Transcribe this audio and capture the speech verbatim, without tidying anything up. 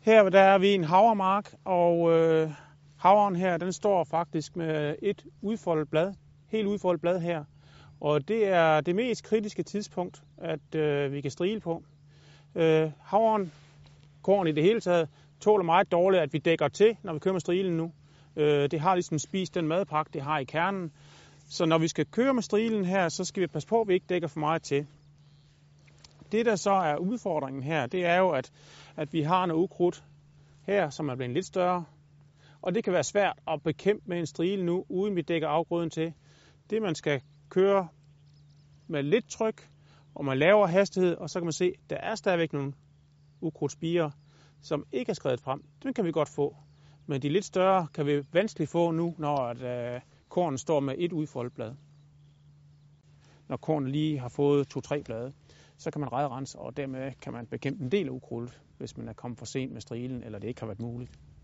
Her der er vi i en havremark, og øh, havren her, den står faktisk med et udfoldet blad, helt udfoldet blad her. Og det er det mest kritiske tidspunkt, at øh, vi kan strile på. Øh, havren, korn i det hele taget, tåler meget dårligt, at vi dækker til, når vi kører med strilen nu. Øh, det har ligesom spist den madpakke, det har i kernen. Så når vi skal køre med strilen her, så skal vi passe på, at vi ikke dækker for meget til. Det, der så er udfordringen her, det er jo, at, at vi har noget ukrudt her, som er blevet lidt større. Og det kan være svært at bekæmpe med en strile nu, uden vi dækker afgrøden til. Det, man skal køre med lidt tryk og med lavere hastighed, og så kan man se, at der er stadigvæk nogle ukrudtspirer, som ikke er skredet frem. Dem kan vi godt få. Men de lidt større kan vi vanskeligt få nu, når at, øh, kornen står med et udfoldet blad. Når kornet lige har fået to-tre blade, så kan man redrense, og dermed kan man bekæmpe en del af ukrudtet, hvis man er kommet for sent med strilen, eller det ikke har været muligt.